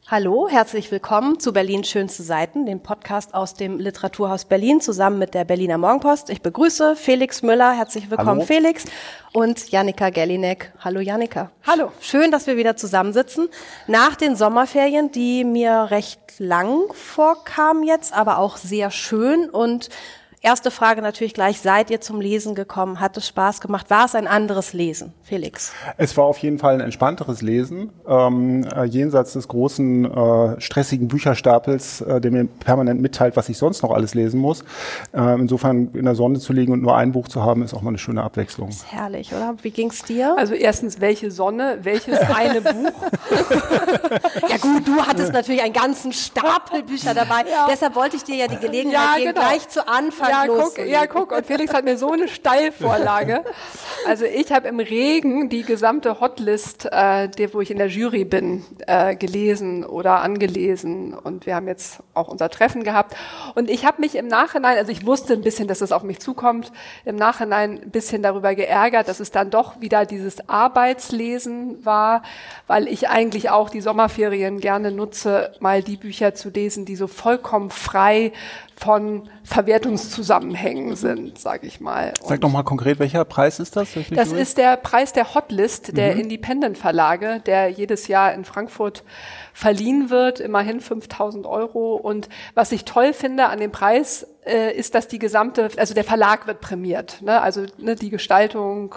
Hallo, herzlich willkommen zu Berlins schönste Seiten, dem Podcast aus dem Literaturhaus Berlin zusammen mit der Berliner Morgenpost. Ich begrüße Felix Müller, herzlich willkommen. Hallo. Felix, und Jannika Gellinek. Hallo Jannika. Hallo. Schön, dass wir wieder zusammensitzen. Nach den Sommerferien, die mir recht lang vorkamen jetzt, aber auch sehr schön. Und erste Frage natürlich gleich, seid ihr zum Lesen gekommen? Hat es Spaß gemacht? War es ein anderes Lesen, Felix? Es war auf jeden Fall ein entspannteres Lesen, jenseits des großen, stressigen Bücherstapels, der mir permanent mitteilt, was ich sonst noch alles lesen muss. Insofern in der Sonne zu liegen und nur ein Buch zu haben, ist auch mal eine schöne Abwechslung. Das ist herrlich, oder? Wie ging's dir? Also erstens, welche Sonne, welches eine Buch? Ja gut, du hattest natürlich einen ganzen Stapel Bücher dabei. Ja. Deshalb wollte ich dir ja die Gelegenheit geben, gleich zu Anfang guck, und Felix hat mir so eine Steilvorlage. Also ich habe im Regen die gesamte Hotlist, wo ich in der Jury bin, gelesen oder angelesen. Und wir haben jetzt auch unser Treffen gehabt. Und ich habe mich im Nachhinein, also ich wusste ein bisschen, dass es auf mich zukommt, im Nachhinein ein bisschen darüber geärgert, dass es dann doch wieder dieses Arbeitslesen war, weil ich eigentlich auch die Sommerferien gerne nutze, mal die Bücher zu lesen, die so vollkommen frei von Verwertungszusammenhängen sind, sage ich mal. Sag doch mal konkret, welcher Preis ist das? Das ist der Preis der Hotlist der Independent Verlage, der jedes Jahr in Frankfurt verliehen wird, immerhin 5.000 €. Und was ich toll finde an dem Preis, ist, dass die gesamte, also der Verlag wird prämiert, ne? Also die Gestaltung,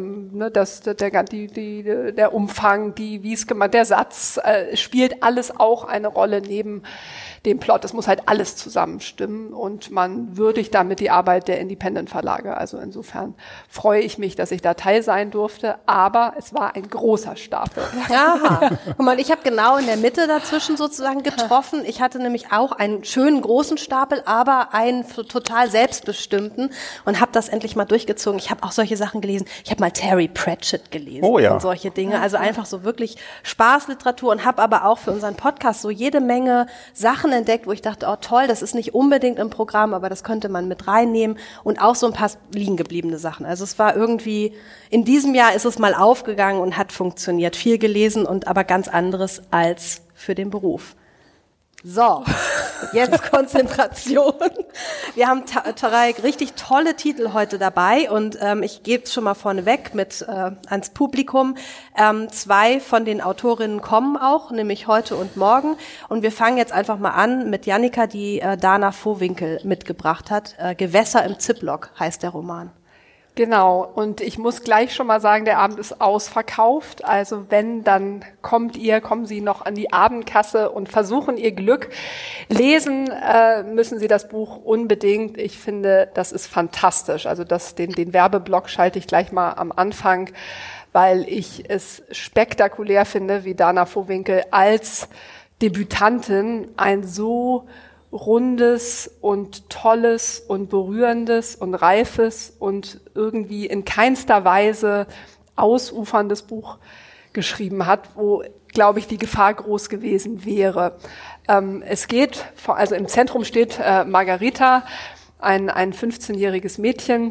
der Umfang, wie es gemacht, der Satz, spielt alles auch eine Rolle neben dem Plot. Es muss halt alles zusammenstimmen und man würdigt damit die Arbeit der Independent-Verlage. Also insofern freue ich mich, dass ich da Teil sein durfte, aber es war ein großer Stapel. Aha. Guck mal, ich habe genau in der Mitte dazwischen sozusagen getroffen. Ich hatte nämlich auch einen schönen großen Stapel, aber einen total selbstbestimmten und habe das endlich mal durchgezogen. Ich habe auch solche Sachen gelesen. Ich habe mal Terry Pratchett gelesen und solche Dinge. Also einfach so wirklich Spaßliteratur und habe aber auch für unseren Podcast so jede Menge Sachen entdeckt, wo ich dachte, oh toll, das ist nicht unbedingt im Programm, aber das könnte man mit reinnehmen und auch so ein paar liegen gebliebene Sachen. Also es war irgendwie, in diesem Jahr ist es mal aufgegangen und hat funktioniert. Viel gelesen und aber ganz anderes als für den Beruf. So, jetzt Konzentration. Wir haben drei richtig tolle Titel heute dabei und ich gebe es schon mal vorneweg mit ans Publikum. 2 von den Autorinnen kommen auch, nämlich heute und morgen. Und wir fangen jetzt einfach mal an mit Jannika, die Dana Vohwinkel mitgebracht hat. Gewässer im Ziplock heißt der Roman. Genau, und ich muss gleich schon mal sagen, der Abend ist ausverkauft. Also wenn, dann kommen Sie noch an die Abendkasse und versuchen Ihr Glück. Lesen müssen Sie das Buch unbedingt. Ich finde, das ist fantastisch. Also den Werbeblock schalte ich gleich mal am Anfang, weil ich es spektakulär finde, wie Dana Vohwinkel als Debütantin ein so rundes und tolles und berührendes und reifes und irgendwie in keinster Weise ausuferndes Buch geschrieben hat, wo, glaube ich, die Gefahr groß gewesen wäre. Es geht, also im Zentrum steht Margarita, ein 15-jähriges Mädchen,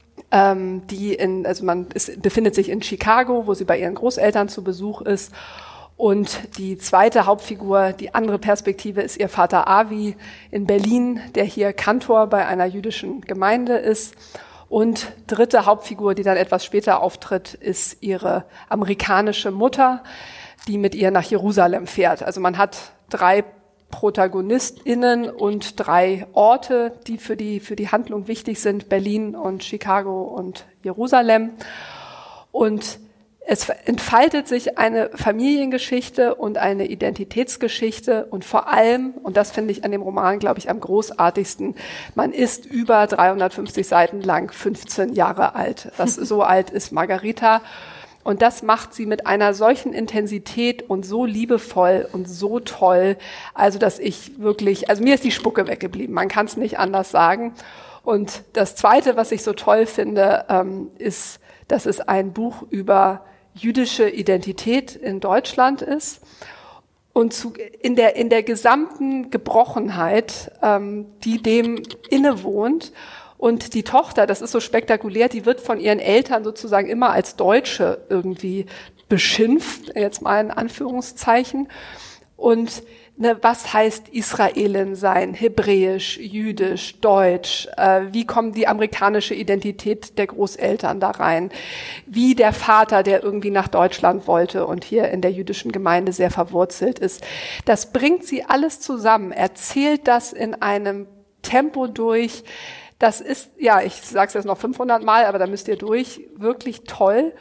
befindet sich in Chicago, wo sie bei ihren Großeltern zu Besuch ist. Und die zweite Hauptfigur, die andere Perspektive, ist ihr Vater Avi in Berlin, der hier Kantor bei einer jüdischen Gemeinde ist. Und dritte Hauptfigur, die dann etwas später auftritt, ist ihre amerikanische Mutter, die mit ihr nach Jerusalem fährt. Also man hat 3 ProtagonistInnen und 3 Orte, die für die Handlung wichtig sind: Berlin und Chicago und Jerusalem. Und es entfaltet sich eine Familiengeschichte und eine Identitätsgeschichte und vor allem, und das finde ich an dem Roman, glaube ich, am großartigsten, man ist über 350 Seiten lang 15 Jahre alt. So alt ist Margarita. Und das macht sie mit einer solchen Intensität und so liebevoll und so toll, also dass ich wirklich, also mir ist die Spucke weggeblieben, man kann es nicht anders sagen. Und das Zweite, was ich so toll finde, ist, dass es ein Buch über jüdische Identität in Deutschland ist und in der gesamten Gebrochenheit, die dem innewohnt. Und die Tochter, das ist so spektakulär, die wird von ihren Eltern sozusagen immer als Deutsche irgendwie beschimpft, jetzt mal in Anführungszeichen. Und was heißt Israelin sein? Hebräisch, Jüdisch, Deutsch? Wie kommt die amerikanische Identität der Großeltern da rein? Wie der Vater, der irgendwie nach Deutschland wollte und hier in der jüdischen Gemeinde sehr verwurzelt ist. Das bringt sie alles zusammen, erzählt das in einem Tempo durch. Das ist, ja, ich sage es jetzt noch 500 Mal, aber da müsst ihr durch, wirklich toll.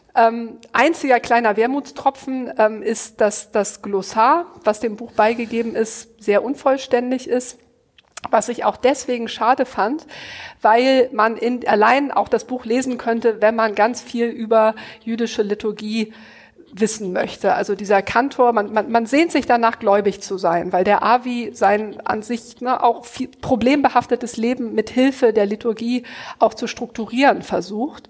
Einziger kleiner Wermutstropfen ist, dass das Glossar, was dem Buch beigegeben ist, sehr unvollständig ist, was ich auch deswegen schade fand, weil man allein auch das Buch lesen könnte, wenn man ganz viel über jüdische Liturgie wissen möchte. Also dieser Kantor, man sehnt sich danach, gläubig zu sein, weil der Avi sein an sich auch viel problembehaftetes Leben mit Hilfe der Liturgie auch zu strukturieren versucht.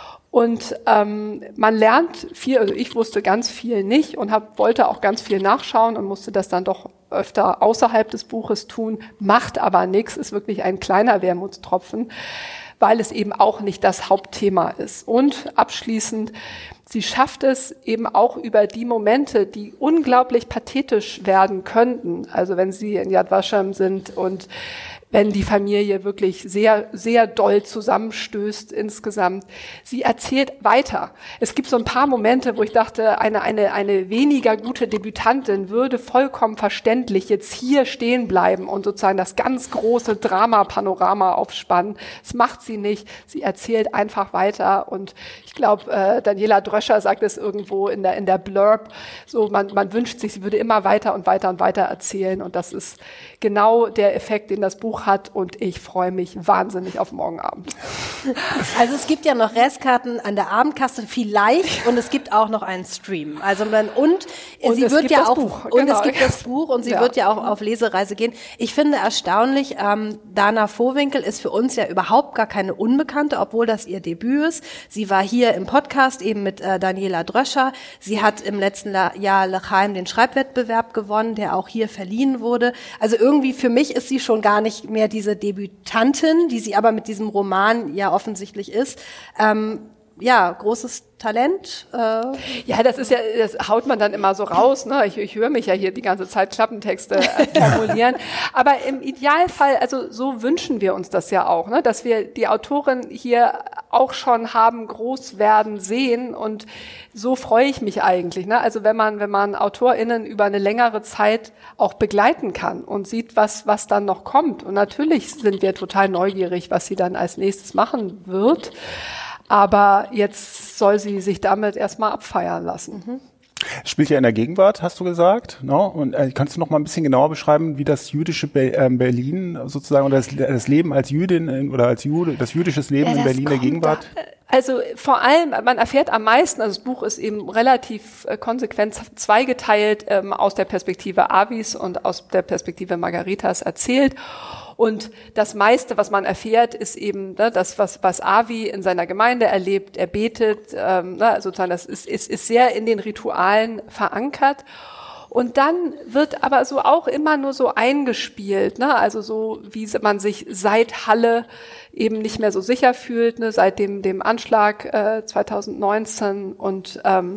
Und man lernt viel, also ich wusste ganz viel nicht und wollte auch ganz viel nachschauen und musste das dann doch öfter außerhalb des Buches tun, macht aber nichts, ist wirklich ein kleiner Wermutstropfen, weil es eben auch nicht das Hauptthema ist. Und abschließend, sie schafft es eben auch über die Momente, die unglaublich pathetisch werden könnten, also wenn sie in Yad Vashem sind und wenn die Familie wirklich sehr, sehr doll zusammenstößt insgesamt. Sie erzählt weiter. Es gibt so ein paar Momente, wo ich dachte, eine weniger gute Debütantin würde vollkommen verständlich jetzt hier stehen bleiben und sozusagen das ganz große Drama-Panorama aufspannen. Das macht sie nicht. Sie erzählt einfach weiter. Und ich glaube, Daniela Dröscher sagt es irgendwo in der Blurb, so man wünscht sich, sie würde immer weiter und weiter und weiter erzählen. Und das ist genau der Effekt, den das Buch hat, und ich freue mich wahnsinnig auf morgen Abend. Also es gibt ja noch Restkarten an der Abendkasse vielleicht, und es gibt auch noch einen Stream. Also sie wird ja auch Buch, und genau. Es gibt das Buch und sie wird ja auch auf Lesereise gehen. Ich finde erstaunlich, Dana Vohwinkel ist für uns ja überhaupt gar keine Unbekannte, obwohl das ihr Debüt ist. Sie war hier im Podcast eben mit Daniela Dröscher. Sie hat im letzten Jahr L'Chaim den Schreibwettbewerb gewonnen, der auch hier verliehen wurde. Also irgendwie für mich ist sie schon gar nicht mehr diese Debütantin, die sie aber mit diesem Roman ja offensichtlich ist. Großes Talent. Ja, das haut man dann immer so raus, ne? Ich höre mich ja hier die ganze Zeit Klappentexte formulieren. Aber im Idealfall, also so wünschen wir uns das ja auch, ne? Dass wir die Autorin hier auch schon haben groß werden sehen, und so freue ich mich eigentlich, ne? Also wenn man AutorInnen über eine längere Zeit auch begleiten kann und sieht, was dann noch kommt. Und natürlich sind wir total neugierig, was sie dann als nächstes machen wird. Aber jetzt soll sie sich damit erstmal abfeiern lassen. Spielt ja in der Gegenwart, hast du gesagt. No? Und kannst du noch mal ein bisschen genauer beschreiben, wie das jüdische Berlin sozusagen, oder das Leben als Jüdin oder als Jude, das jüdische Leben in Berlin der Gegenwart? Also vor allem, man erfährt am meisten, also das Buch ist eben relativ konsequent zweigeteilt, aus der Perspektive Avis und aus der Perspektive Margaritas erzählt. Und das meiste, was man erfährt, ist eben das, was Avi in seiner Gemeinde erlebt. Er betet, sozusagen, das ist sehr in den Ritualen verankert. Und dann wird aber so auch immer nur so eingespielt, ne? Also so, wie man sich seit Halle eben nicht mehr so sicher fühlt, ne? Seit dem Anschlag 2019, und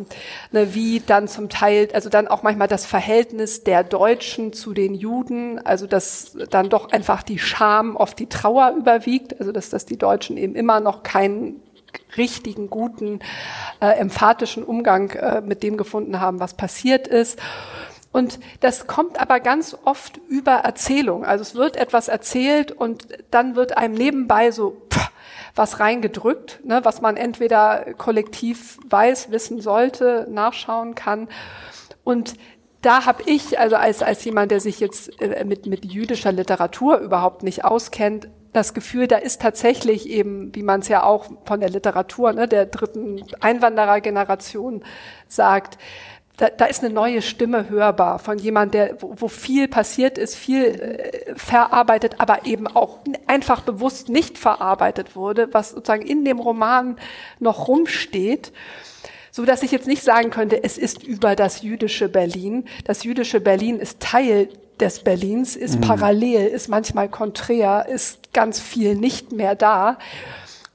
wie dann zum Teil, also dann auch manchmal das Verhältnis der Deutschen zu den Juden, also dass dann doch einfach die Scham oft die Trauer überwiegt, also dass die Deutschen eben immer noch keinen richtigen, guten, emphatischen Umgang mit dem gefunden haben, was passiert ist. Und das kommt aber ganz oft über Erzählung. Also es wird etwas erzählt und dann wird einem nebenbei so was reingedrückt, ne, was man entweder kollektiv wissen sollte, nachschauen kann. Und da habe ich, also als jemand, der sich jetzt mit jüdischer Literatur überhaupt nicht auskennt, das Gefühl, da ist tatsächlich eben, wie man es ja auch von der Literatur, ne, der dritten Einwanderergeneration sagt, da ist eine neue Stimme hörbar von jemand, wo viel passiert ist, viel verarbeitet, aber eben auch einfach bewusst nicht verarbeitet wurde, was sozusagen in dem Roman noch rumsteht, so dass ich jetzt nicht sagen könnte, es ist über das jüdische Berlin. Das jüdische Berlin ist Teil des Berlins, ist parallel, ist manchmal konträr, ist ganz viel nicht mehr da.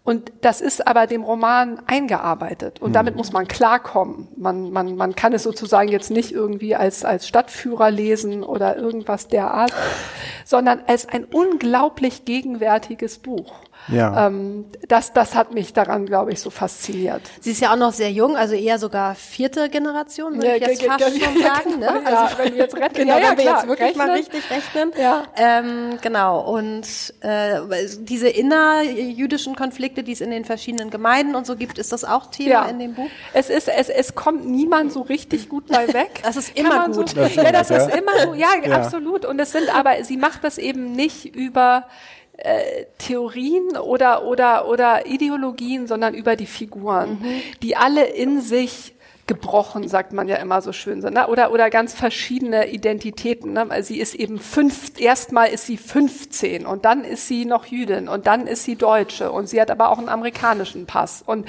Und das ist aber dem Roman eingearbeitet. Und damit muss man klarkommen. Man kann es sozusagen jetzt nicht irgendwie als Stadtführer lesen oder irgendwas derart, sondern als ein unglaublich gegenwärtiges Buch. Ja. Das hat mich daran, glaube ich, so fasziniert. Sie ist ja auch noch sehr jung, also eher sogar 4. Generation, würde ich jetzt fast schon sagen. Ne? Ja, Also wenn wir jetzt rechnen, genau, wenn wir klar, jetzt wirklich rechnen. mal richtig rechnen. Ja. Genau, und diese innerjüdischen Konflikte, die es in den verschiedenen Gemeinden und so gibt, ist das auch Thema in dem Buch? Es kommt niemand so richtig gut bei weg. Das ist immer gut. So, das ist immer gut, ja, absolut. Und aber sie macht das eben nicht über Theorien oder Ideologien, sondern über die Figuren, die alle in sich gebrochen, sagt man ja immer so schön, ne? Oder ganz verschiedene Identitäten. Ne? Also sie ist eben erstmal ist sie 15 und dann ist sie noch Jüdin und dann ist sie Deutsche und sie hat aber auch einen amerikanischen Pass. Und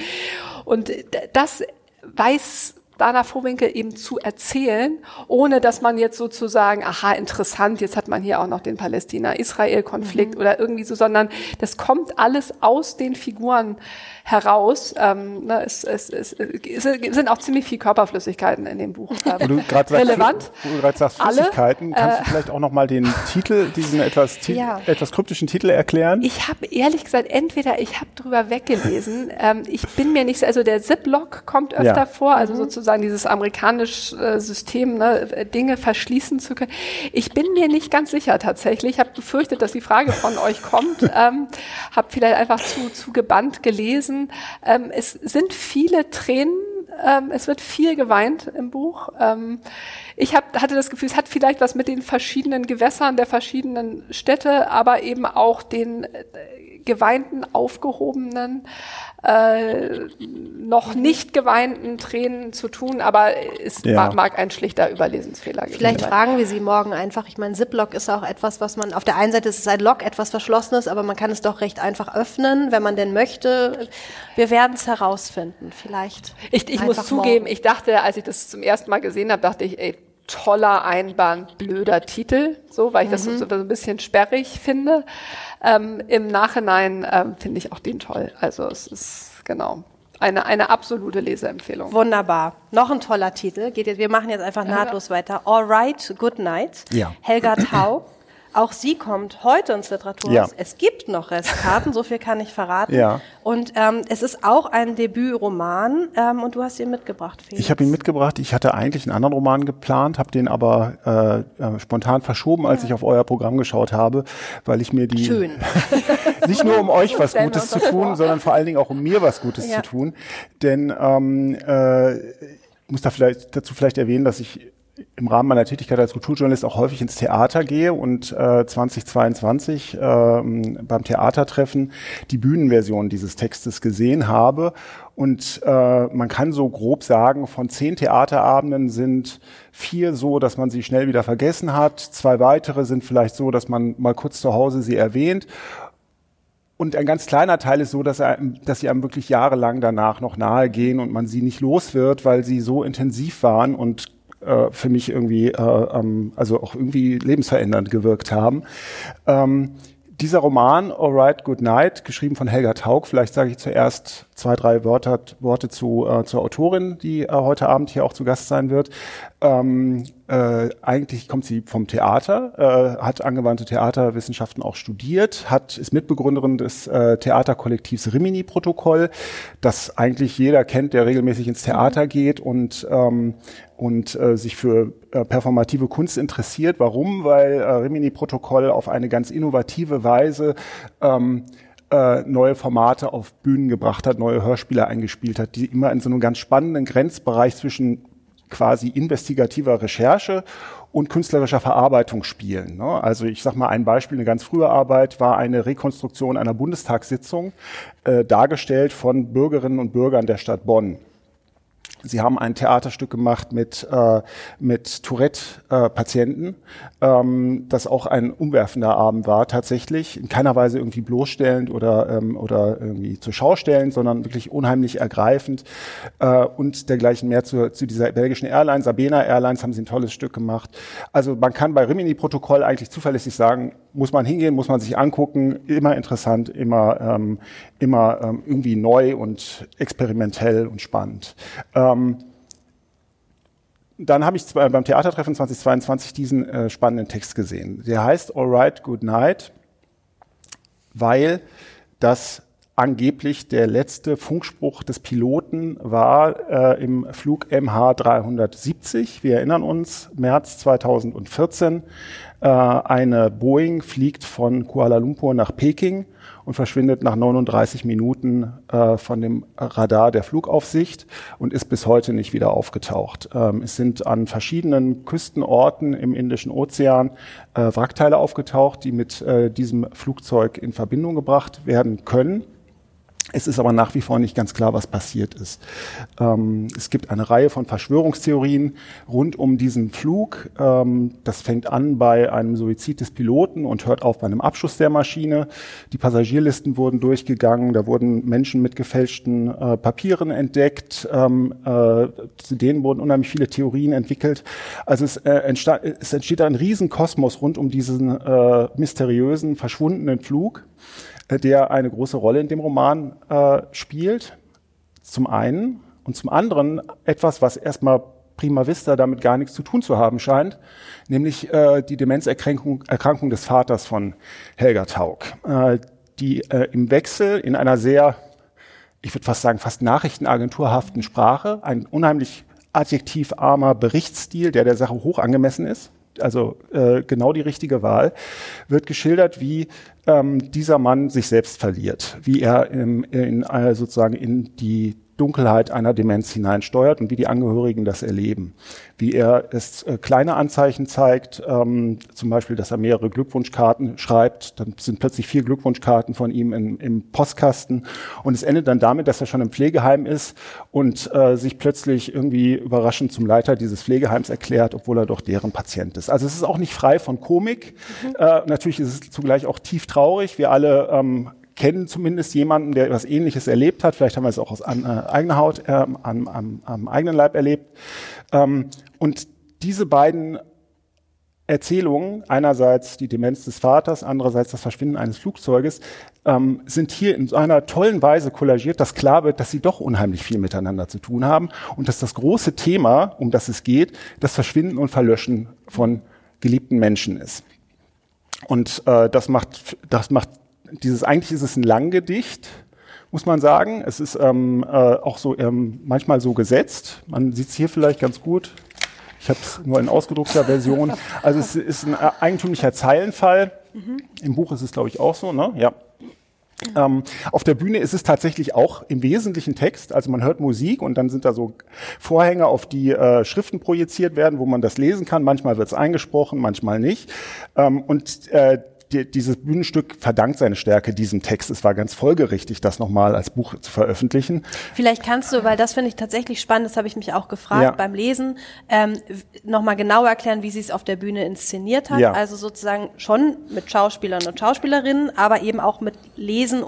das weiß Dana Vohwinkel eben zu erzählen, ohne dass man jetzt sozusagen, aha, interessant, jetzt hat man hier auch noch den Palästina-Israel-Konflikt oder irgendwie so, sondern das kommt alles aus den Figuren heraus. Es sind auch ziemlich viel Körperflüssigkeiten in dem Buch relevant. Wo du gerade sagst, Flüssigkeiten, kannst du vielleicht auch noch mal den Titel, diesen etwas kryptischen Titel erklären? Ich habe ehrlich gesagt, ich habe drüber weggelesen. Ich bin mir nicht so, also der Ziplock kommt öfter vor, also sozusagen dieses amerikanische System, ne, Dinge verschließen zu können. Ich bin mir nicht ganz sicher tatsächlich. Ich habe befürchtet, dass die Frage von euch kommt. Habe vielleicht einfach zu gebannt gelesen. Es sind viele Tränen. Es wird viel geweint im Buch. Ich hatte das Gefühl, es hat vielleicht was mit den verschiedenen Gewässern der verschiedenen Städte, aber eben auch den geweinten, aufgehobenen, noch nicht geweinten Tränen zu tun, aber es mag ein schlichter Überlesensfehler geben. Vielleicht fragen wir Sie morgen einfach. Ich meine, Ziplock ist auch etwas, was man, auf der einen Seite ist es ein Lock, etwas Verschlossenes, aber man kann es doch recht einfach öffnen, wenn man denn möchte. Wir werden es herausfinden, vielleicht. Ich muss zugeben, ich dachte, als ich das zum ersten Mal gesehen habe, dachte ich, ey, toller Einband, blöder Titel, so, weil ich das so ein bisschen sperrig finde. Im Nachhinein finde ich auch den toll. Also es ist genau eine absolute Leseempfehlung. Wunderbar. Noch ein toller Titel. Wir machen jetzt einfach nahtlos weiter. All right, good night. Ja. Helga Taug. Auch sie kommt heute ins Literaturhaus. Ja. Es gibt noch Restkarten, so viel kann ich verraten. Ja. Und es ist auch ein Debütroman und du hast ihn mitgebracht, Felix. Ich habe ihn mitgebracht. Ich hatte eigentlich einen anderen Roman geplant, habe den aber spontan verschoben, als ich auf euer Programm geschaut habe, weil ich mir die... Schön. Nicht nur um euch was Gutes zu tun, sondern vor allen Dingen auch um mir was Gutes zu tun. Denn ich muss dazu vielleicht erwähnen, dass ich im Rahmen meiner Tätigkeit als Kulturjournalist auch häufig ins Theater gehe und 2022 beim Theatertreffen die Bühnenversion dieses Textes gesehen habe. Und man kann so grob sagen, von 10 Theaterabenden sind 4 so, dass man sie schnell wieder vergessen hat. 2 weitere sind vielleicht so, dass man mal kurz zu Hause sie erwähnt. Und ein ganz kleiner Teil ist so, dass sie einem wirklich jahrelang danach noch nahe gehen und man sie nicht los wird, weil sie so intensiv waren und für mich irgendwie, also auch irgendwie lebensverändernd gewirkt haben. Dieser Roman, All right, good night, geschrieben von Helga Taug, vielleicht sage ich zuerst 2, 3 Worte zur Autorin, die heute Abend hier auch zu Gast sein wird. Eigentlich kommt sie vom Theater, hat angewandte Theaterwissenschaften auch studiert, ist Mitbegründerin des Theaterkollektivs Rimini-Protokoll, das eigentlich jeder kennt, der regelmäßig ins Theater geht und sich für performative Kunst interessiert. Warum? Weil Rimini-Protokoll auf eine ganz innovative Weise neue Formate auf Bühnen gebracht hat, neue Hörspiele eingespielt hat, die immer in so einem ganz spannenden Grenzbereich zwischen quasi investigativer Recherche und künstlerischer Verarbeitung spielen. Ne? Also ich sag mal ein Beispiel, eine ganz frühe Arbeit war eine Rekonstruktion einer Bundestagssitzung, dargestellt von Bürgerinnen und Bürgern der Stadt Bonn. Sie haben ein Theaterstück gemacht mit Tourette-Patienten, das auch ein umwerfender Abend war tatsächlich, in keiner Weise irgendwie bloßstellend oder irgendwie zur Schau stellend, sondern wirklich unheimlich ergreifend und dergleichen mehr zu dieser belgischen Airline, Sabena Airlines, haben sie ein tolles Stück gemacht. Also man kann bei Rimini-Protokoll eigentlich zuverlässig sagen, muss man hingehen, muss man sich angucken, immer interessant, immer irgendwie neu und experimentell und spannend. Dann habe ich beim Theatertreffen 2022 diesen spannenden Text gesehen. Der heißt All Right, Good Night, weil das angeblich der letzte Funkspruch des Piloten war im Flug MH370. Wir erinnern uns, März 2014. Eine Boeing fliegt von Kuala Lumpur nach Peking und verschwindet nach 39 Minuten von dem Radar der Flugaufsicht und ist bis heute nicht wieder aufgetaucht. Es sind an verschiedenen Küstenorten im Indischen Ozean Wrackteile aufgetaucht, die mit diesem Flugzeug in Verbindung gebracht werden können. Es ist aber nach wie vor nicht ganz klar, was passiert ist. Es gibt eine Reihe von Verschwörungstheorien rund um diesen Flug. Das fängt an bei einem Suizid des Piloten und hört auf bei einem Abschuss der Maschine. Die Passagierlisten wurden durchgegangen, da wurden Menschen mit gefälschten Papieren entdeckt. Zu denen wurden unheimlich viele Theorien entwickelt. Also es entsteht ein Riesenkosmos rund um diesen mysteriösen, verschwundenen Flug, der eine große Rolle in dem Roman spielt, zum einen. Und zum anderen etwas, was erstmal prima vista damit gar nichts zu tun zu haben scheint, nämlich die Demenzerkrankung des Vaters von Helga Taug, die im Wechsel in einer sehr, ich würde fast sagen, fast nachrichtenagenturhaften Sprache, ein unheimlich adjektivarmer Berichtsstil, der Sache hoch angemessen ist, also genau die richtige Wahl, wird geschildert, wie dieser Mann sich selbst verliert, wie er sozusagen in die Dunkelheit einer Demenz hineinsteuert und wie die Angehörigen das erleben. Wie er es kleine Anzeichen zeigt, zum Beispiel, dass er mehrere Glückwunschkarten schreibt, dann sind plötzlich 4 Glückwunschkarten von ihm im Postkasten und es endet dann damit, dass er schon im Pflegeheim ist und sich plötzlich irgendwie überraschend zum Leiter dieses Pflegeheims erklärt, obwohl er doch deren Patient ist. Also es ist auch nicht frei von Komik. Natürlich ist es zugleich auch tief traurig. Wir alle kennen zumindest jemanden, der etwas Ähnliches erlebt hat. Vielleicht haben wir es auch aus eigener Haut, am eigenen Leib erlebt. Und diese beiden Erzählungen, einerseits die Demenz des Vaters, andererseits das Verschwinden eines Flugzeuges, sind hier in so einer tollen Weise kollagiert, dass klar wird, dass sie doch unheimlich viel miteinander zu tun haben und dass das große Thema, um das es geht, das Verschwinden und Verlöschen von geliebten Menschen ist. Und das macht eigentlich ist es ein Langgedicht, muss man sagen. Es ist auch so manchmal so gesetzt. Man sieht es hier vielleicht ganz gut. Ich habe es nur in ausgedruckter Version. Also es ist ein eigentümlicher Zeilenfall. Im Buch ist es, glaube ich, auch so, ne? Ja. Auf der Bühne ist es tatsächlich auch im Wesentlichen Text. Also man hört Musik und dann sind da so Vorhänge, auf die Schriften projiziert werden, wo man das lesen kann. Manchmal wird es eingesprochen, manchmal nicht. Dieses Bühnenstück verdankt seine Stärke diesem Text. Es war ganz folgerichtig, das nochmal als Buch zu veröffentlichen. Vielleicht kannst du, weil das finde ich tatsächlich spannend, das habe ich mich auch gefragt beim Lesen, nochmal genau erklären, wie sie es auf der Bühne inszeniert hat. Ja. Also sozusagen schon mit Schauspielern und Schauspielerinnen, aber eben auch mit Lesestellen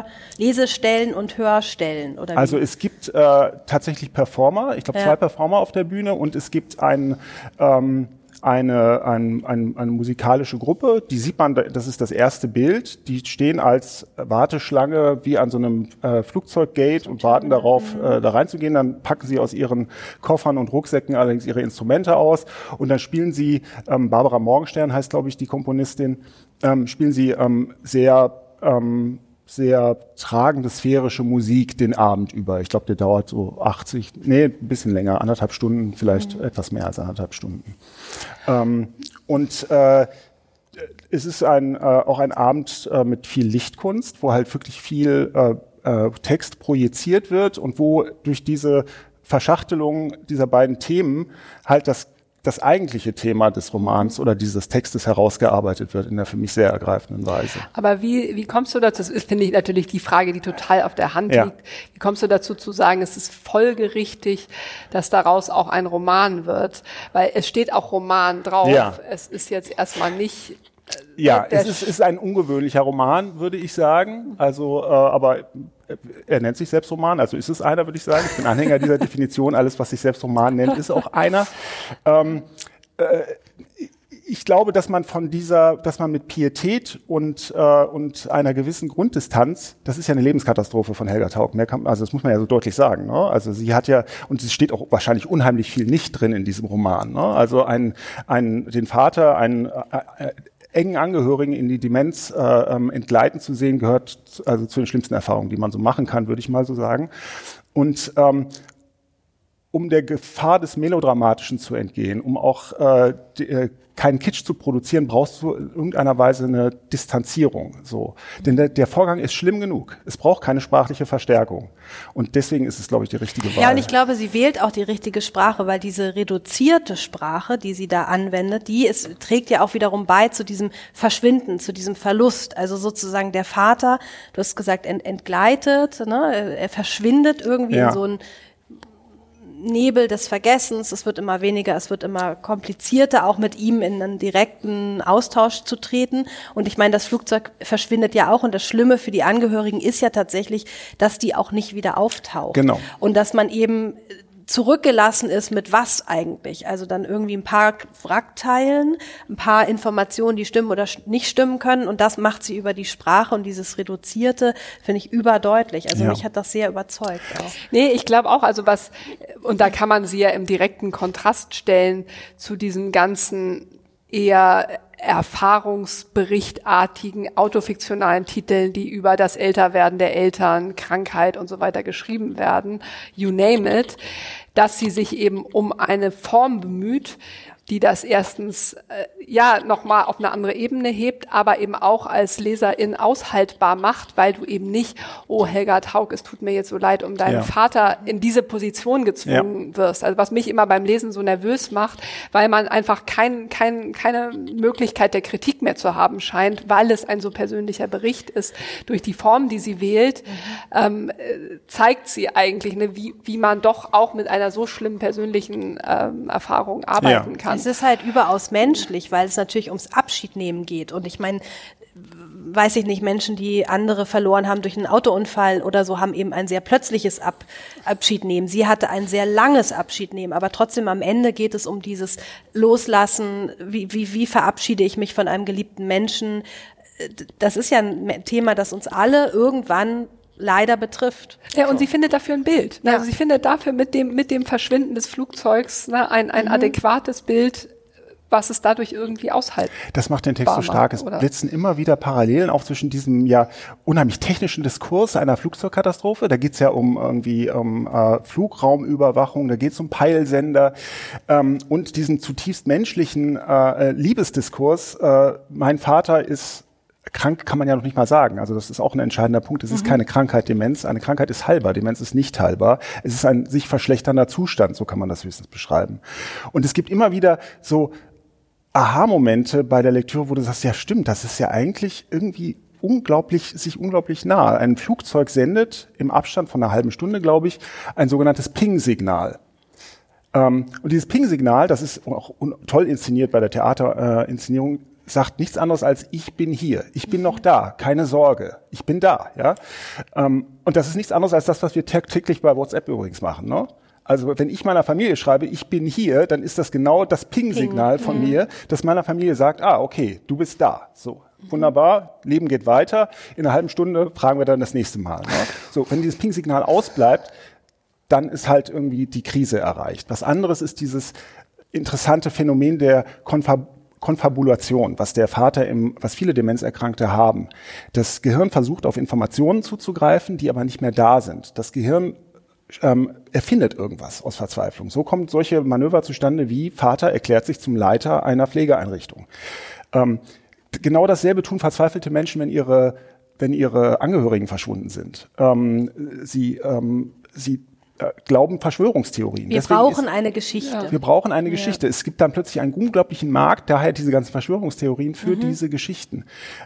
und Hörstellen. Oder wie? Also es gibt tatsächlich Performer, ich glaube 2 Performer auf der Bühne und es gibt eine musikalische Gruppe, die sieht man, das ist das erste Bild, die stehen als Warteschlange wie an so einem Flugzeuggate und warten darauf, da reinzugehen. Dann packen sie aus ihren Koffern und Rucksäcken allerdings ihre Instrumente aus und dann spielen sie, Barbara Morgenstern heißt, glaube ich, die Komponistin, spielen sie sehr tragende, sphärische Musik den Abend über. Ich glaube, der dauert so ein bisschen länger, 1,5 Stunden, vielleicht etwas mehr als 1,5 Stunden. Es ist auch ein Abend mit viel Lichtkunst, wo halt wirklich viel Text projiziert wird und wo durch diese Verschachtelung dieser beiden Themen halt das das eigentliche Thema des Romans oder dieses Textes herausgearbeitet wird in der für mich sehr ergreifenden Weise. Aber wie kommst du dazu? Das ist, finde ich, natürlich die Frage, die total auf der Hand liegt. Wie kommst du dazu zu sagen, es ist folgerichtig, dass daraus auch ein Roman wird? Weil es steht auch Roman drauf. Ja. Es ist jetzt erstmal nicht... Ja, es ist ein ungewöhnlicher Roman, würde ich sagen. Also, aber er nennt sich selbst Roman, also ist es einer, würde ich sagen. Ich bin Anhänger dieser Definition. Alles, was sich selbst Roman nennt, ist auch einer. Ich glaube, dass man mit Pietät und einer gewissen Grunddistanz, das ist ja eine Lebenskatastrophe von Helga Taug, also das muss man ja so deutlich sagen, ne? Also sie hat ja, und es steht auch wahrscheinlich unheimlich viel nicht drin in diesem Roman, ne? Also den Vater, einen engen Angehörigen in die Demenz entgleiten zu sehen, gehört also zu den schlimmsten Erfahrungen, die man so machen kann, würde ich mal so sagen. Und um der Gefahr des Melodramatischen zu entgehen, um auch keinen Kitsch zu produzieren, brauchst du in irgendeiner Weise eine Distanzierung. So. Denn der Vorgang ist schlimm genug. Es braucht keine sprachliche Verstärkung. Und deswegen ist es, glaube ich, die richtige Wahl. Ja, und ich glaube, sie wählt auch die richtige Sprache, weil diese reduzierte Sprache, die sie da anwendet, trägt ja auch wiederum bei zu diesem Verschwinden, zu diesem Verlust. Also sozusagen der Vater, du hast gesagt, entgleitet, ne? Er verschwindet irgendwie in so ein Nebel des Vergessens, es wird immer weniger, es wird immer komplizierter, auch mit ihm in einen direkten Austausch zu treten. Und ich meine, das Flugzeug verschwindet ja auch und das Schlimme für die Angehörigen ist ja tatsächlich, dass die auch nicht wieder auftaucht. Genau. Und dass man eben zurückgelassen ist mit was eigentlich? Also dann irgendwie ein paar Wrackteilen, ein paar Informationen, die stimmen oder nicht stimmen können und das macht sie über die Sprache und dieses Reduzierte finde ich überdeutlich. Also mich hat das sehr überzeugt auch. Nee, ich glaube auch, und da kann man sie ja im direkten Kontrast stellen zu diesen ganzen eher erfahrungsberichtartigen, autofiktionalen Titeln, die über das Älterwerden der Eltern, Krankheit und so weiter geschrieben werden, you name it, dass sie sich eben um eine Form bemüht, die das erstens nochmal auf eine andere Ebene hebt, aber eben auch als Leserin aushaltbar macht, weil du eben nicht, oh Helga Taug, es tut mir jetzt so leid, um deinen Vater in diese Position gezwungen wirst. Also was mich immer beim Lesen so nervös macht, weil man einfach keine Möglichkeit der Kritik mehr zu haben scheint, weil es ein so persönlicher Bericht ist. Durch die Form, die sie wählt, zeigt sie eigentlich, ne, wie man doch auch mit einer so schlimmen persönlichen Erfahrung arbeiten kann. Es ist halt überaus menschlich, weil es natürlich ums Abschiednehmen geht. Und ich meine, weiß ich nicht, Menschen, die andere verloren haben durch einen Autounfall oder so, haben eben ein sehr plötzliches Abschiednehmen. Sie hatte ein sehr langes Abschiednehmen, aber trotzdem am Ende geht es um dieses Loslassen. Wie verabschiede ich mich von einem geliebten Menschen? Das ist ja ein Thema, das uns alle irgendwann leider betrifft. Ja, und sie findet dafür ein Bild. Ja. Also sie findet dafür mit dem Verschwinden des Flugzeugs ein adäquates Bild, was es dadurch irgendwie aushalten. Das macht den Text so stark. Es blitzen immer wieder Parallelen auch zwischen diesem unheimlich technischen Diskurs einer Flugzeugkatastrophe. Da geht's ja um Flugraumüberwachung, da geht's um Peilsender und diesen zutiefst menschlichen Liebesdiskurs. Mein Vater ist krank, kann man ja noch nicht mal sagen. Also das ist auch ein entscheidender Punkt. Es ist keine Krankheit, Demenz. Eine Krankheit ist heilbar. Demenz ist nicht heilbar. Es ist ein sich verschlechternder Zustand, so kann man das höchstens beschreiben. Und es gibt immer wieder so Aha-Momente bei der Lektüre, wo du sagst, ja stimmt, das ist ja eigentlich irgendwie unglaublich nah. Ein Flugzeug sendet im Abstand von einer halben Stunde, glaube ich, ein sogenanntes Ping-Signal. Und dieses Ping-Signal, das ist auch toll inszeniert bei der Theaterinszenierung, sagt nichts anderes als, ich bin hier, ich bin noch da, keine Sorge, ich bin da. Ja? Und das ist nichts anderes als das, was wir täglich bei WhatsApp übrigens machen. Ne? Also wenn ich meiner Familie schreibe, ich bin hier, dann ist das genau das Ping-Signal von mir, das meiner Familie sagt, okay, du bist da. So, wunderbar, Leben geht weiter, in einer halben Stunde fragen wir dann das nächste Mal. Ne? So, wenn dieses Ping-Signal ausbleibt, dann ist halt irgendwie die Krise erreicht. Was anderes ist dieses interessante Phänomen der Konfabulation, was was viele Demenzerkrankte haben. Das Gehirn versucht, auf Informationen zuzugreifen, die aber nicht mehr da sind. Das Gehirn erfindet irgendwas aus Verzweiflung. So kommen solche Manöver zustande wie Vater erklärt sich zum Leiter einer Pflegeeinrichtung. Genau dasselbe tun verzweifelte Menschen, wenn ihre Angehörigen verschwunden sind. Sie glauben Verschwörungstheorien. Wir brauchen eine Geschichte. Ja. Wir brauchen eine Geschichte. Es gibt dann plötzlich einen unglaublichen Markt, daher diese ganzen Verschwörungstheorien für diese Geschichten.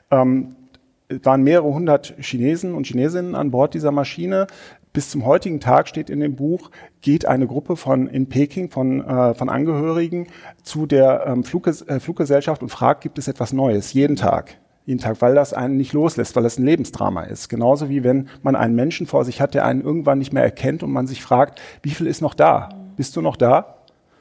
Es waren mehrere hundert Chinesen und Chinesinnen an Bord dieser Maschine. Bis zum heutigen Tag steht in dem Buch, geht eine Gruppe in Peking von Angehörigen zu der Fluggesellschaft und fragt, gibt es etwas Neues? Jeden Tag, weil das einen nicht loslässt, weil das ein Lebensdrama ist. Genauso wie wenn man einen Menschen vor sich hat, der einen irgendwann nicht mehr erkennt und man sich fragt, wie viel ist noch da? Bist du noch da?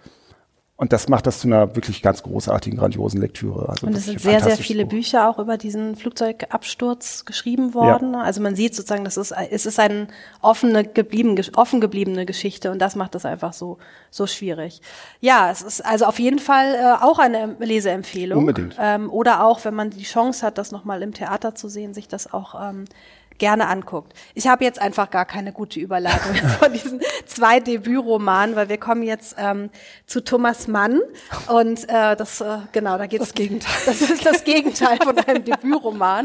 Und das macht das zu einer wirklich ganz großartigen, grandiosen Lektüre. Also und es sind sehr, sehr viele Bücher auch über diesen Flugzeugabsturz geschrieben worden. Ja. Also man sieht sozusagen, es ist eine offen gebliebene Geschichte und das macht das einfach so schwierig. Ja, es ist also auf jeden Fall auch eine Leseempfehlung. Unbedingt. Oder auch, wenn man die Chance hat, das nochmal im Theater zu sehen, sich das auch gerne anguckt. Ich habe jetzt einfach gar keine gute Überleitung von diesen 2 Debütromanen, weil wir kommen jetzt zu Thomas Mann und da geht das Gegenteil. Das ist das Gegenteil von einem Debütroman.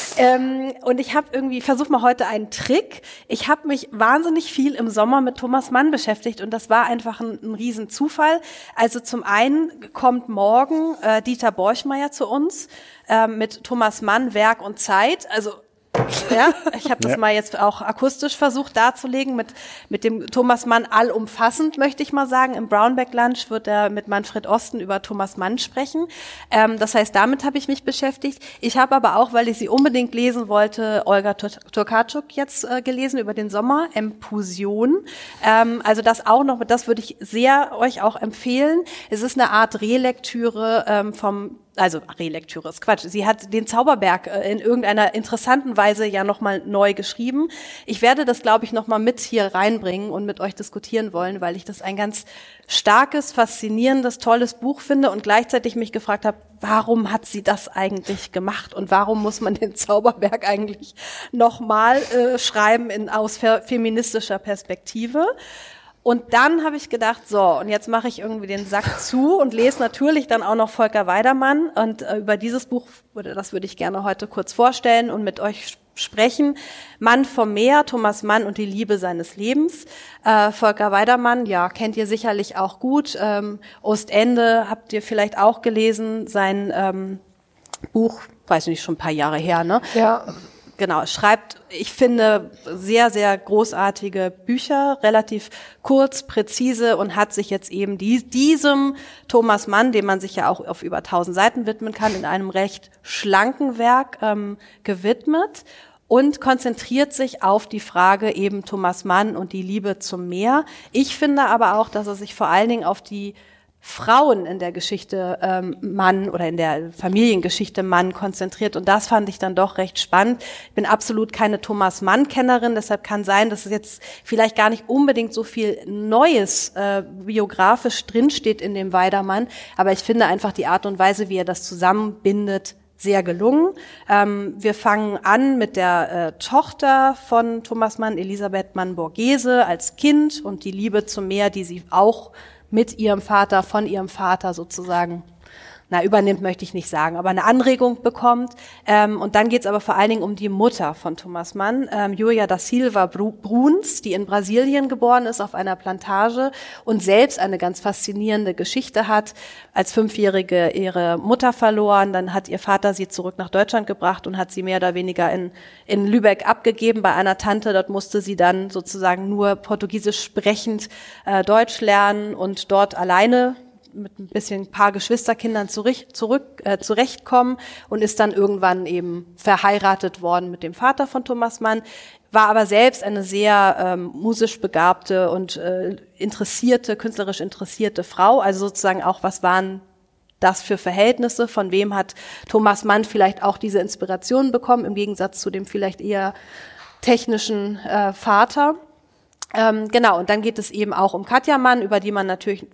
Und ich habe versuche mal heute einen Trick. Ich habe mich wahnsinnig viel im Sommer mit Thomas Mann beschäftigt und das war einfach ein Riesenzufall. Also zum einen kommt morgen Dieter Borchmeier zu uns mit Thomas Mann, Werk und Zeit. Also ja, ich habe das mal jetzt auch akustisch versucht darzulegen, mit dem Thomas Mann allumfassend, möchte ich mal sagen. Im Brownback Lunch wird er mit Manfred Osten über Thomas Mann sprechen. Das heißt, damit habe ich mich beschäftigt. Ich habe aber auch, weil ich sie unbedingt lesen wollte, Olga Tokarczuk jetzt gelesen über den Sommer, Empusion. Also das auch noch, das würde ich sehr euch auch empfehlen. Es ist eine Art Relektüre Relektüre ist Quatsch. Sie hat den Zauberberg in irgendeiner interessanten Weise ja nochmal neu geschrieben. Ich werde das, glaube ich, nochmal mit hier reinbringen und mit euch diskutieren wollen, weil ich das ein ganz starkes, faszinierendes, tolles Buch finde und gleichzeitig mich gefragt habe, warum hat sie das eigentlich gemacht und warum muss man den Zauberberg eigentlich nochmal schreiben aus feministischer Perspektive? Und dann habe ich gedacht, so, und jetzt mache ich irgendwie den Sack zu und lese natürlich dann auch noch Volker Weidermann. Und über dieses Buch, das würde ich gerne heute kurz vorstellen und mit euch sprechen. Mann vom Meer, Thomas Mann und die Liebe seines Lebens. Volker Weidermann, ja, kennt ihr sicherlich auch gut. Ostende habt ihr vielleicht auch gelesen, sein Buch, weiß nicht, schon ein paar Jahre her, ne? Ja. Genau, schreibt, ich finde, sehr, sehr großartige Bücher, relativ kurz, präzise und hat sich jetzt eben diesem Thomas Mann, dem man sich ja auch auf über 1000 Seiten widmen kann, in einem recht schlanken Werk gewidmet und konzentriert sich auf die Frage eben Thomas Mann und die Liebe zum Meer. Ich finde aber auch, dass er sich vor allen Dingen auf die Frauen in der Geschichte Mann oder in der Familiengeschichte Mann konzentriert und das fand ich dann doch recht spannend. Ich bin absolut keine Thomas Mann-Kennerin, deshalb kann sein, dass es jetzt vielleicht gar nicht unbedingt so viel Neues biografisch drinsteht in dem Weidermann, aber ich finde einfach die Art und Weise, wie er das zusammenbindet, sehr gelungen. Wir fangen an mit der Tochter von Thomas Mann, Elisabeth Mann-Borghese, als Kind und die Liebe zum Meer, die sie auch mit ihrem Vater, von ihrem Vater sozusagen, übernimmt möchte ich nicht sagen, aber eine Anregung bekommt. Und dann geht's aber vor allen Dingen um die Mutter von Thomas Mann, Julia da Silva Bruns, die in Brasilien geboren ist, auf einer Plantage und selbst eine ganz faszinierende Geschichte hat. Als 5-Jährige ihre Mutter verloren, dann hat ihr Vater sie zurück nach Deutschland gebracht und hat sie mehr oder weniger in Lübeck abgegeben bei einer Tante. Dort musste sie dann sozusagen nur Portugiesisch sprechend Deutsch lernen und dort alleine mit ein paar Geschwisterkindern zurechtkommen und ist dann irgendwann eben verheiratet worden mit dem Vater von Thomas Mann, war aber selbst eine sehr musisch begabte und künstlerisch interessierte Frau, also sozusagen auch, was waren das für Verhältnisse, von wem hat Thomas Mann vielleicht auch diese Inspiration bekommen, im Gegensatz zu dem vielleicht eher technischen Vater. Genau, und dann geht es eben auch um Katja Mann, über die man natürlich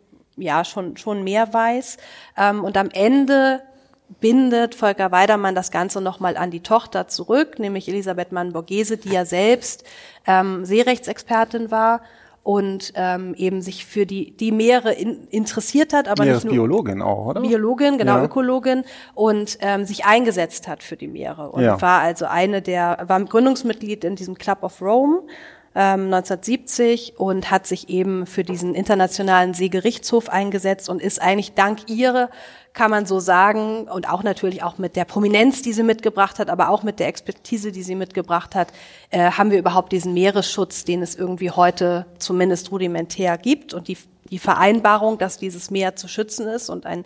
schon mehr weiß. Und am Ende bindet Volker Weidermann das Ganze nochmal an die Tochter zurück, nämlich Elisabeth Mann-Borghese, die ja selbst Seerechtsexpertin war und eben sich für die Meere interessiert hat, aber nicht nur Biologin auch, oder? Biologin, genau, ja. Ökologin und sich eingesetzt hat für die Meere und war also war Gründungsmitglied in diesem Club of Rome. 1970 und hat sich eben für diesen internationalen Seegerichtshof eingesetzt und ist eigentlich dank ihrer, kann man so sagen, und auch natürlich auch mit der Prominenz, die sie mitgebracht hat, aber auch mit der Expertise, die sie mitgebracht hat, haben wir überhaupt diesen Meeresschutz, den es irgendwie heute zumindest rudimentär gibt und die Vereinbarung, dass dieses Meer zu schützen ist und ein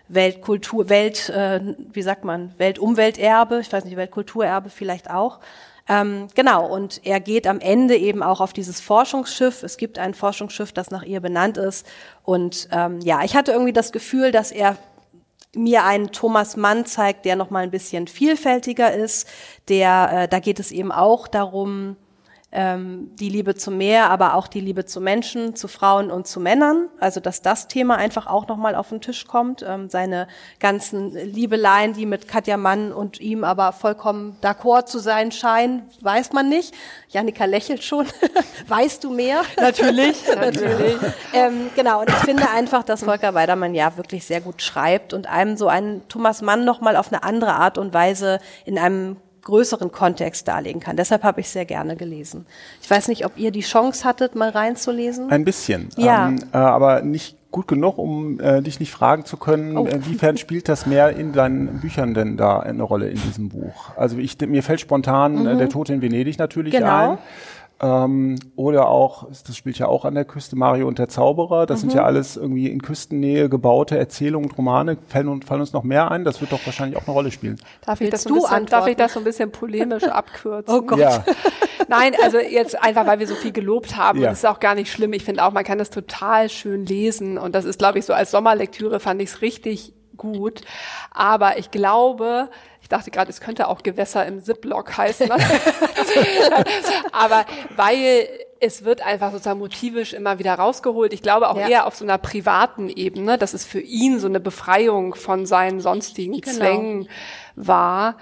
Weltumwelterbe, ich weiß nicht, Weltkulturerbe vielleicht auch. Genau, und er geht am Ende eben auch auf dieses Forschungsschiff. Es gibt ein Forschungsschiff, das nach ihr benannt ist. Und ich hatte irgendwie das Gefühl, dass er mir einen Thomas Mann zeigt, der noch mal ein bisschen vielfältiger ist. Da geht es eben auch darum, die Liebe zum Meer, aber auch die Liebe zu Menschen, zu Frauen und zu Männern. Also dass das Thema einfach auch nochmal auf den Tisch kommt. Seine ganzen Liebeleien, die mit Katja Mann und ihm aber vollkommen d'accord zu sein scheinen, weiß man nicht. Jannika lächelt schon. Weißt du mehr? Natürlich. Genau, und ich finde einfach, dass Volker Weidermann ja wirklich sehr gut schreibt und einem so einen Thomas Mann nochmal auf eine andere Art und Weise in einem größeren Kontext darlegen kann. Deshalb habe ich sehr gerne gelesen. Ich weiß nicht, ob ihr die Chance hattet, mal reinzulesen. Ein bisschen, ja. Aber nicht gut genug, um dich nicht fragen zu können, inwiefern spielt das Meer in deinen Büchern denn da eine Rolle in diesem Buch? Also mir fällt spontan Der Tod in Venedig natürlich ein. Oder auch, das spielt ja auch an der Küste, Mario und der Zauberer. Das sind ja alles irgendwie in Küstennähe gebaute Erzählungen und Romane. Fallen uns noch mehr ein? Das wird doch wahrscheinlich auch eine Rolle spielen. Darf ich das so ein bisschen polemisch abkürzen? Oh Gott. Ja. Nein, also jetzt einfach, weil wir so viel gelobt haben. Ja. Das ist auch gar nicht schlimm. Ich finde auch, man kann das total schön lesen. Und das ist, glaube ich, so als Sommerlektüre fand ich es richtig gut. Aber ich glaube, ich dachte gerade, es könnte auch Gewässer im Ziploc heißen. Aber weil es wird einfach sozusagen motivisch immer wieder rausgeholt. Ich glaube auch eher auf so einer privaten Ebene, dass es für ihn so eine Befreiung von seinen sonstigen Zwängen war.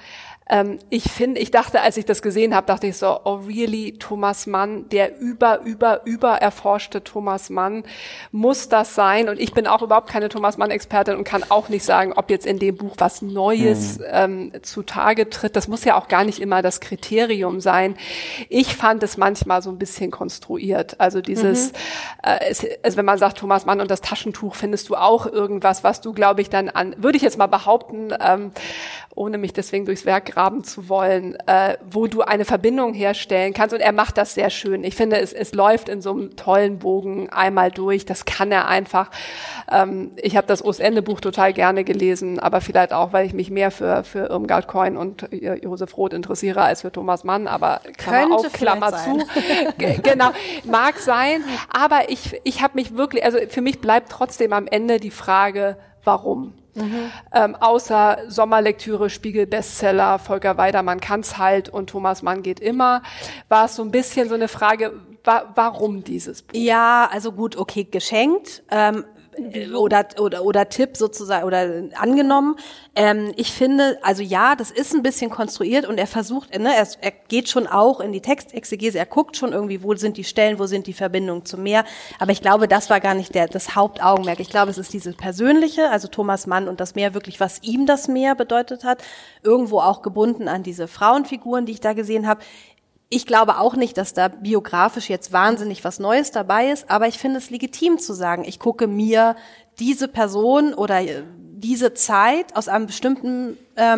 Ich dachte, als ich das gesehen habe, dachte ich so, oh really, Thomas Mann, der über erforschte Thomas Mann, muss das sein? Und ich bin auch überhaupt keine Thomas Mann-Expertin und kann auch nicht sagen, ob jetzt in dem Buch was Neues zutage tritt. Das muss ja auch gar nicht immer das Kriterium sein. Ich fand es manchmal so ein bisschen konstruiert. Also dieses, also wenn man sagt, Thomas Mann und das Taschentuch, findest du auch irgendwas, was du, glaube ich, dann würde ich jetzt mal behaupten, ohne mich deswegen durchs Werk graben zu wollen, wo du eine Verbindung herstellen kannst. Und er macht das sehr schön. Ich finde, es läuft in so einem tollen Bogen einmal durch. Das kann er einfach. Ich habe das Ostende-Buch total gerne gelesen, aber vielleicht auch, weil ich mich mehr für Irmgard Keun und Josef Roth interessiere als für Thomas Mann. Aber Klammer auf, Klammer zu. Genau, mag sein. Aber ich habe mich wirklich, also für mich bleibt trotzdem am Ende die Frage, warum? Außer Sommerlektüre, Spiegel-Bestseller, Volker Weidermann kann's halt und Thomas Mann geht immer, war es so ein bisschen so eine Frage, warum dieses Buch? Ja, also gut, okay, geschenkt. Oder Tipp sozusagen oder angenommen. Ich finde, also ja, das ist ein bisschen konstruiert und er versucht, er geht schon auch in die Textexegese, er guckt schon irgendwie, wo sind die Stellen, wo sind die Verbindungen zum Meer. Aber ich glaube, das war gar nicht das Hauptaugenmerk. Ich glaube, es ist dieses Persönliche, also Thomas Mann und das Meer, wirklich, was ihm das Meer bedeutet hat. Irgendwo auch gebunden an diese Frauenfiguren, die ich da gesehen habe. Ich glaube auch nicht, dass da biografisch jetzt wahnsinnig was Neues dabei ist, aber ich finde es legitim zu sagen, ich gucke mir diese Person oder diese Zeit aus einer bestimmten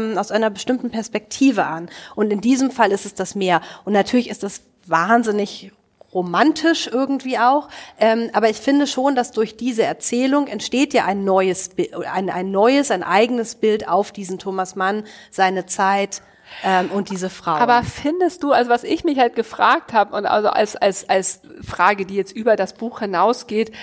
Perspektive an. Und in diesem Fall ist es das Meer. Und natürlich ist das wahnsinnig romantisch irgendwie auch, aber ich finde schon, dass durch diese Erzählung entsteht ja ein neues Bild, ein eigenes Bild auf diesen Thomas Mann, seine Zeit, und diese Frau. Aber findest du, also was ich mich halt gefragt habe und also als Frage, die jetzt über das Buch hinausgeht,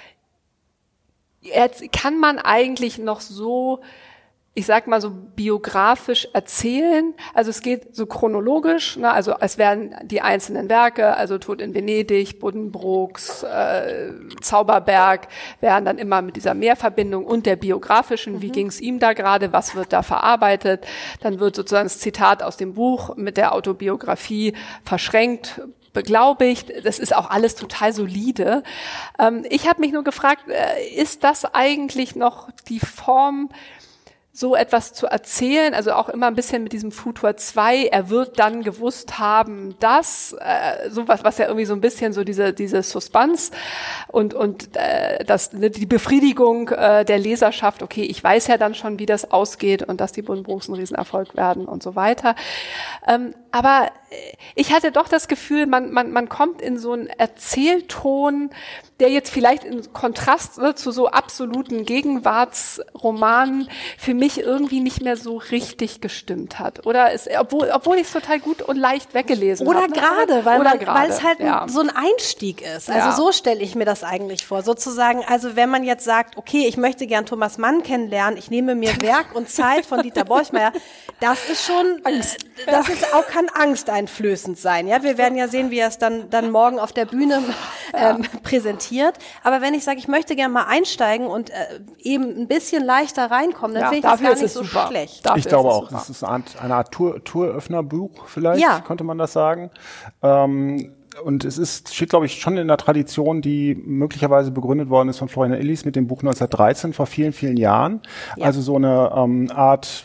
kann man eigentlich noch so, ich sag mal so biografisch erzählen? Also es geht so chronologisch, ne? Also es werden die einzelnen Werke, also Tod in Venedig, Buddenbrooks, Zauberberg, werden dann immer mit dieser Mehrverbindung und der biografischen, wie ging es ihm da gerade, was wird da verarbeitet? Dann wird sozusagen das Zitat aus dem Buch mit der Autobiografie verschränkt, beglaubigt. Das ist auch alles total solide. Ich habe mich nur gefragt, ist das eigentlich noch die Form, so etwas zu erzählen, also auch immer ein bisschen mit diesem Futur 2, er wird dann gewusst haben, dass sowas, was ja irgendwie so ein bisschen so diese Suspense und das die Befriedigung der Leserschaft, okay, ich weiß ja dann schon, wie das ausgeht und dass die Buddenbrooks ein Riesenerfolg werden und so weiter. Aber ich hatte doch das Gefühl, man kommt in so einen Erzählton, der jetzt vielleicht in Kontrast zu so absoluten Gegenwartsromanen für mich irgendwie nicht mehr so richtig gestimmt hat. Oder obwohl ich es total gut und leicht weggelesen habe. Oder gerade, weil es halt so ein Einstieg ist. Also so stelle ich mir das eigentlich vor. Sozusagen, also wenn man jetzt sagt, okay, ich möchte gern Thomas Mann kennenlernen, ich nehme mir Werk und Zeit von Dieter Borchmeier, das ist schon, kann angsteinflößend sein. Ja, wir werden ja sehen, wie er es dann morgen auf der Bühne präsentiert. Aber wenn ich sage, ich möchte gerne mal einsteigen und eben ein bisschen leichter reinkommen, dann finde ich das gar nicht so schlecht. Ich glaube auch, das ist eine Art Touröffnerbuch vielleicht, könnte man das sagen. Und steht, glaube ich, schon in der Tradition, die möglicherweise begründet worden ist von Florian Illies mit dem Buch 1913 vor vielen, vielen Jahren. Ja. Also so eine Art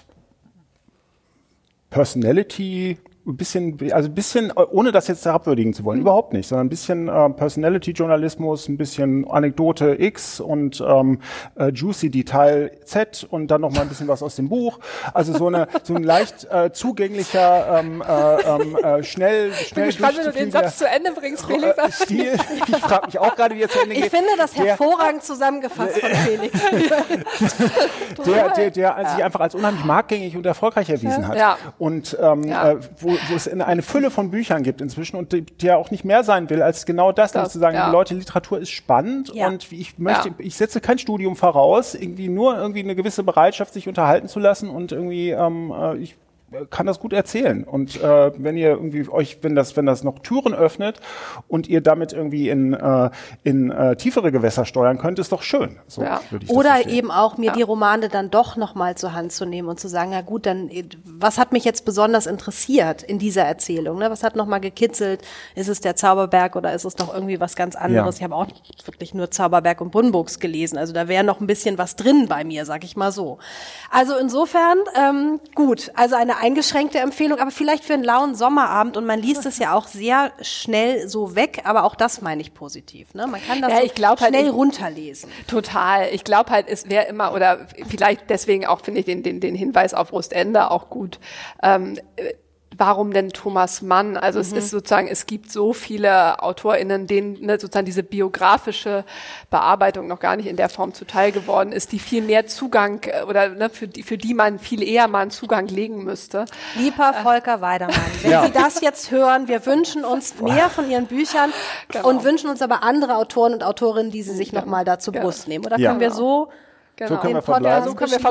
Personality, ein bisschen, ohne das jetzt herabwürdigen zu wollen, überhaupt nicht, sondern ein bisschen Personality-Journalismus, ein bisschen Anekdote X und Juicy Detail Z und dann noch mal ein bisschen was aus dem Buch. Also so ein leicht zugänglicher, schnell Ich bin gespannt, wenn du den Satz zu Ende bringst, Felix. Stil. Ich frage mich auch gerade, wie er zu Ende geht. Ich finde das hervorragend zusammengefasst von Felix. der sich einfach als unheimlich marktgängig und erfolgreich erwiesen hat. Ja. Und wo es eine Fülle von Büchern gibt inzwischen und die ja auch nicht mehr sein will, als genau das zu sagen, Leute, Literatur ist spannend und ich setze kein Studium voraus, nur eine gewisse Bereitschaft, sich unterhalten zu lassen und irgendwie, ich kann das gut erzählen. Und wenn ihr irgendwie wenn das noch Türen öffnet und ihr damit irgendwie in tiefere Gewässer steuern könnt, ist doch schön. So würde ich das Oder verstehen. eben auch mir die Romane dann doch noch mal zur Hand zu nehmen und zu sagen, na gut, dann was hat mich jetzt besonders interessiert in dieser Erzählung? Ne? Was hat noch mal gekitzelt? Ist es der Zauberberg oder ist es doch irgendwie was ganz anderes? Ich habe auch wirklich nur Zauberberg und Buddenbrooks gelesen. Also da wäre noch ein bisschen was drin bei mir, sag ich mal so. Also insofern gut. Also eine eingeschränkte Empfehlung, aber vielleicht für einen lauen Sommerabend und man liest es ja auch sehr schnell so weg, aber auch das meine ich positiv. Ne? Man kann das schnell runterlesen. Total. Ich glaube halt, es wäre immer, oder vielleicht deswegen auch finde ich den Hinweis auf Ostende auch gut, warum denn Thomas Mann? Also es ist sozusagen, es gibt so viele AutorInnen, denen sozusagen diese biografische Bearbeitung noch gar nicht in der Form zuteil geworden ist, die viel mehr Zugang oder für die man viel eher mal einen Zugang legen müsste. Lieber Volker Weidermann, wenn Sie das jetzt hören, wir wünschen uns mehr von Ihren Büchern und wünschen uns aber andere Autoren und Autorinnen, die Sie sich noch mal da zur Brust nehmen. Oder können wir so... Genau. So können wir verbleiben.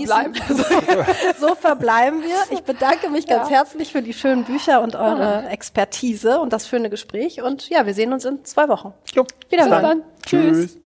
So verbleiben wir. Ich bedanke mich ganz herzlich für die schönen Bücher und eure Expertise und das schöne Gespräch. Und ja, wir sehen uns in 2 Wochen. Jo. Wiederhören. Tschüss.